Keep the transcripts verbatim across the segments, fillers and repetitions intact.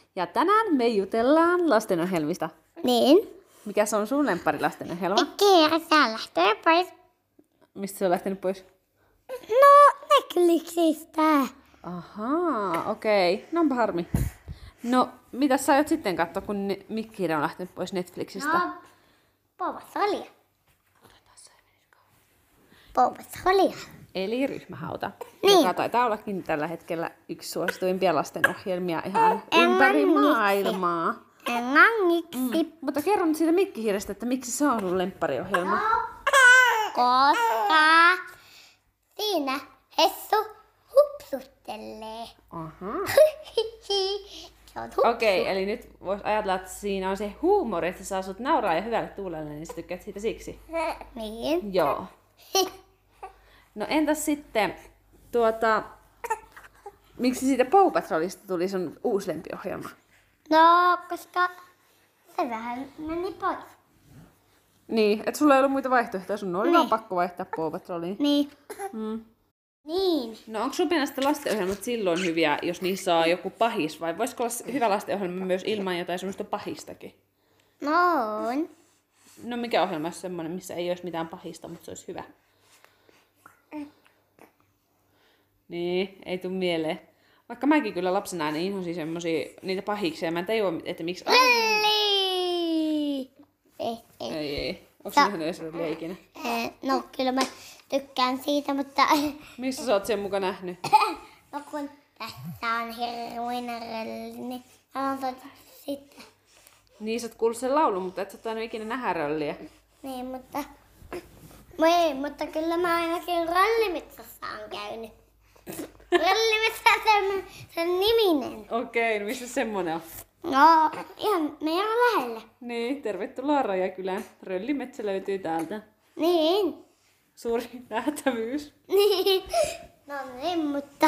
Ja tänään me jutellaan lastenohjelmista. Niin. Mikä se on sun lemppari lastenohjelma? Mikä sä on lähtenyt pois? Mistä se on lähtenyt pois? No, Netflixistä. Ahaa, okei. Okay. No onpa harmi. No, mitä sä aiot sitten katsoa, kun ne- Mikki on lähtenyt pois Netflixistä? No, Pouvasolia. Pouvasolia. Eli Ryhmähauta, Niin. joka taitaa ollakin tällä hetkellä yksi suosituimpia lastenohjelmia ihan En ympäri mä miksi. maailmaa. Englanniksi. Mm. Mutta kerro nyt siitä Mikki-hiirestä, että miksi se on sun lemppariohjelma? Koska siinä Hessu hupsuttelee. Ahaa. Se on hupsu. Okei, okay, eli nyt vois ajatella, että siinä on se huumori, että se saa sut nauraa ja hyvälle tuulelle, niin sä tykkäät siitä siksi. Niin. Joo. No entäs sitten, tuota, miksi siitä Paw Patrolista tuli sun uusi lempiohjelma? No, koska se vähän meni pois. Niin, että sulla ei ollut muita vaihtoehtoja, sun oli Niin. vaan pakko vaihtaa Paw Patroliin. Niin. Mm. Niin. No onko sun mielestä lastenohjelmat silloin hyviä, jos niissä on joku pahis, vai voisiko olla hyvä lastenohjelma myös ilman jotain semmoista pahistakin? No on. No mikä ohjelma olisi semmoinen, missä ei olisi mitään pahista, mutta se olisi hyvä? Niin, ei tule mieleen. Vaikka mäkin kyllä lapsena aina inhosin semmosia niitä pahiksia, mä en tajua, että miksi... Rölli! Ei, ei. Ei, ei. Onko Sä- sinä nähnyt edes rölliä ikinä? Eh, No, kyllä mä tykkään siitä, mutta Missä sä oot sen mukaan nähnyt? no kun tässä on hirmuinen rölli, niin mä oon tota sitten. Niin, sä oot kuullut sen laulun, mutta et sä oot tainnut ikinä nähdä rölliä. Niin, mutta... Ei, mutta kyllä mä ainakin röllimetsässä on käynyt. Röllimetsä sen, sen niminen. Okei, no missä semmonen on? No, ihan meidän lähellä. Niin, tervetuloa Rajakylään. Röllimetsä löytyy täältä. Niin. Suuri nähtävyys. Niin. No niin, mutta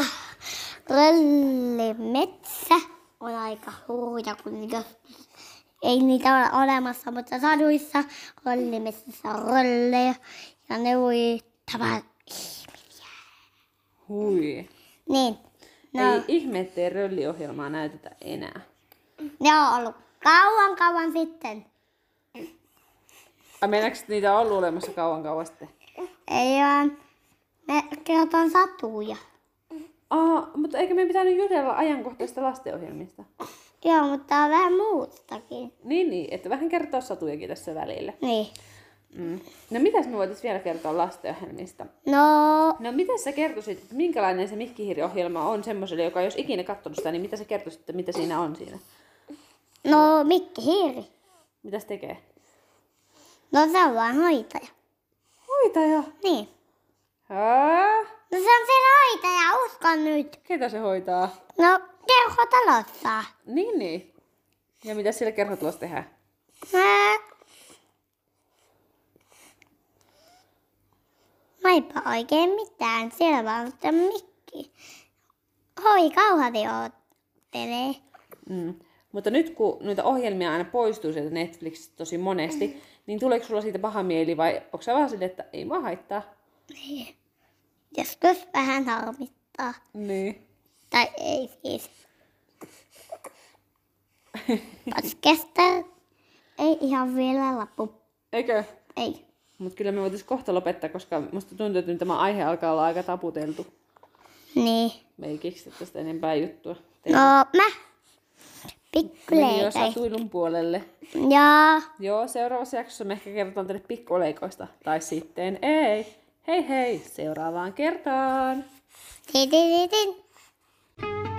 röllimetsä on aika hurja, kun joskus ei niitä ole olemassa, mutta saduissa röllimetsässä on röllejä ja ne uittavat ihmisiä. Hui. Niin. No, Ei ihme, ettei rölliohjelmaa näytetä enää. ne on ollut kauan kauan sitten. Ai meinaatko, että niitä on ollut olemassa kauan kauan sitten? Ei vaan, me kerrotaan satuja. Aa, mutta eikö me pitänyt jutella ajankohtaisista lastenohjelmista? Joo, mutta on vähän muustakin. Niin, niin, että vähän kertoa satujakin tässä välillä. Niin. Mm. No mitäs me voitais vielä kertoa lastenohjelmista? No, No miten sä kertoisit, että minkälainen se Mikki-hiiri-ohjelma on semmoiselle, joka ei olisi ikinä katsonut sitä, niin mitä sä kertoisit, että mitä siinä on siinä? no Mikki Hiiri. Mitä se tekee? No se on vaan hoitaja. Hoitaja. Niin. Hää? No se on se hoitaja, uskon nyt. Ketä se hoitaa? No, kerhotalossa. Niin, niin. Ja mitä sillä kerhotulossa tehdään? Mä... Mä eipä oikein mitään. Siellä vaan että Mikki. Hoi kauhati oottelee. Mm. Mutta nyt kun noita ohjelmia aina poistuu sieltä Netflixistä tosi monesti, niin tuleeko sulla siitä paha mieli vai onko sä vaan silleen, että ei mua haittaa? Niin. Joskus vähän harmittaa. Niin. Tai ei siis. Podcaster ei ihan vielä loppu. Eikö? Ei. Mutta kyllä me voitais kohta lopettaa, koska musta tuntuu, että nyt tämä aihe alkaa olla aika taputeltu. Niin. Me ei keksitä tästä enempää juttua. No mä. Meni jo Pikkuleikei. satuilun puolelle. Ja Joo, seuraavassa jaksossa me ehkä kerrotaan teille pikkuleikoista. Tai sitten ei. Hei hei, seuraavaan kertaan! Tidididin.